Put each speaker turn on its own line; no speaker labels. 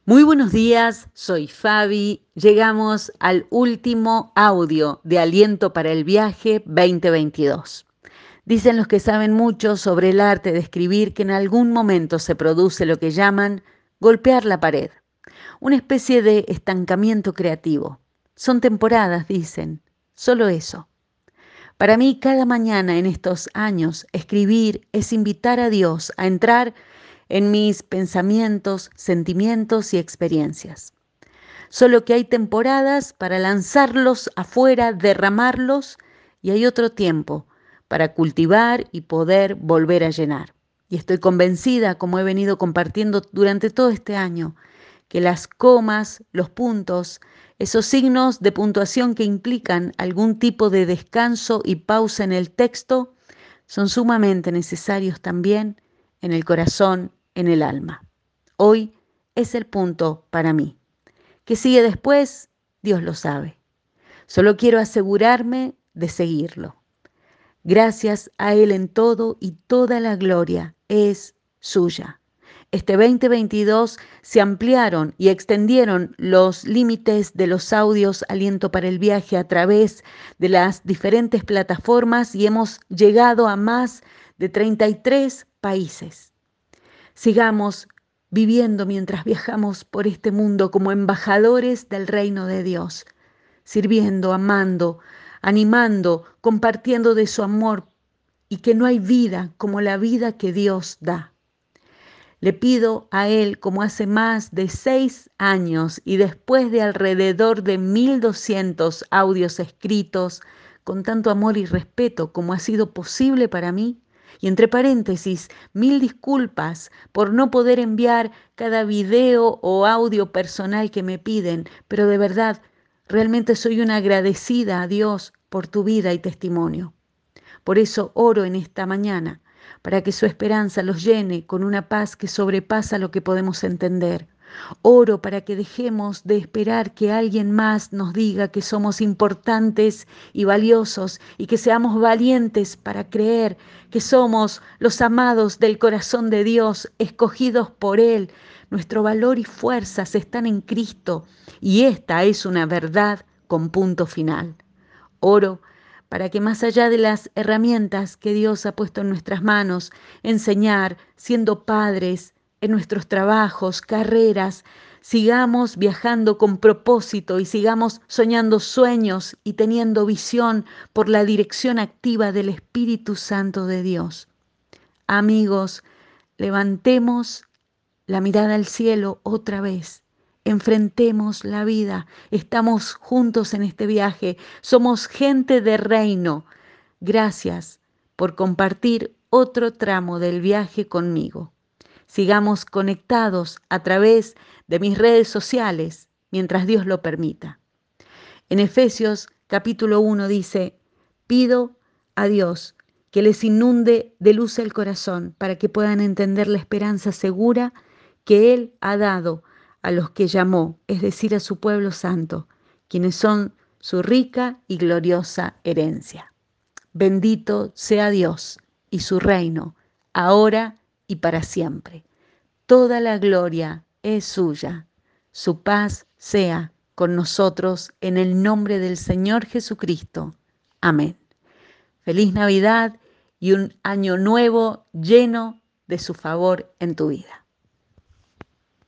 Muy buenos días, soy Fabi. Llegamos al último audio de Aliento para el Viaje 2022. Dicen los que saben mucho sobre el arte de escribir que en algún momento se produce lo que llaman golpear la pared, una especie de estancamiento creativo. Son temporadas, dicen, solo eso. Para mí, cada mañana en estos años, escribir es invitar a Dios a entrar en mis pensamientos, sentimientos y experiencias. Solo que hay temporadas para lanzarlos afuera, derramarlos, y hay otro tiempo para cultivar y poder volver a llenar. Y estoy convencida, como he venido compartiendo durante todo este año, que las comas, los puntos, esos signos de puntuación que implican algún tipo de descanso y pausa en el texto, son sumamente necesarios también en el corazón, en el alma. Hoy es el punto para mí. ¿Qué sigue después? Dios lo sabe. Solo quiero asegurarme de seguirlo. Gracias a Él en todo y toda la gloria es suya. Este 2022 se ampliaron y extendieron los límites de los audios Aliento para el Viaje a través de las diferentes plataformas y hemos llegado a más de 33 países. Sigamos viviendo mientras viajamos por este mundo como embajadores del reino de Dios, sirviendo, amando, animando, compartiendo de su amor y que no hay vida como la vida que Dios da. Le pido a Él, como hace más de 6 años y después de alrededor de 1200 audios escritos, con tanto amor y respeto como ha sido posible para mí, y entre paréntesis, 1000 disculpas por no poder enviar cada video o audio personal que me piden, pero de verdad, realmente soy una agradecida a Dios por tu vida y testimonio. Por eso oro en esta mañana, para que su esperanza los llene con una paz que sobrepasa lo que podemos entender. Oro para que dejemos de esperar que alguien más nos diga que somos importantes y valiosos y que seamos valientes para creer que somos los amados del corazón de Dios, escogidos por Él. Nuestro valor y fuerzas están en Cristo y esta es una verdad con punto final. Oro para que más allá de las herramientas que Dios ha puesto en nuestras manos, enseñar, siendo padres, en nuestros trabajos, carreras, sigamos viajando con propósito y sigamos soñando sueños y teniendo visión por la dirección activa del Espíritu Santo de Dios. Amigos, levantemos la mirada al cielo otra vez. Enfrentemos la vida. Estamos juntos en este viaje. Somos gente de reino. Gracias por compartir otro tramo del viaje conmigo. Sigamos conectados a través de mis redes sociales mientras Dios lo permita. En Efesios capítulo 1 dice, pido a Dios que les inunde de luz el corazón para que puedan entender la esperanza segura que Él ha dado a los que llamó, es decir, a su pueblo santo, quienes son su rica y gloriosa herencia. Bendito sea Dios y su reino, ahora y para siempre. Toda la gloria es suya. Su paz sea con nosotros en el nombre del Señor Jesucristo. Amén. Feliz Navidad y un año nuevo lleno de su favor en tu vida.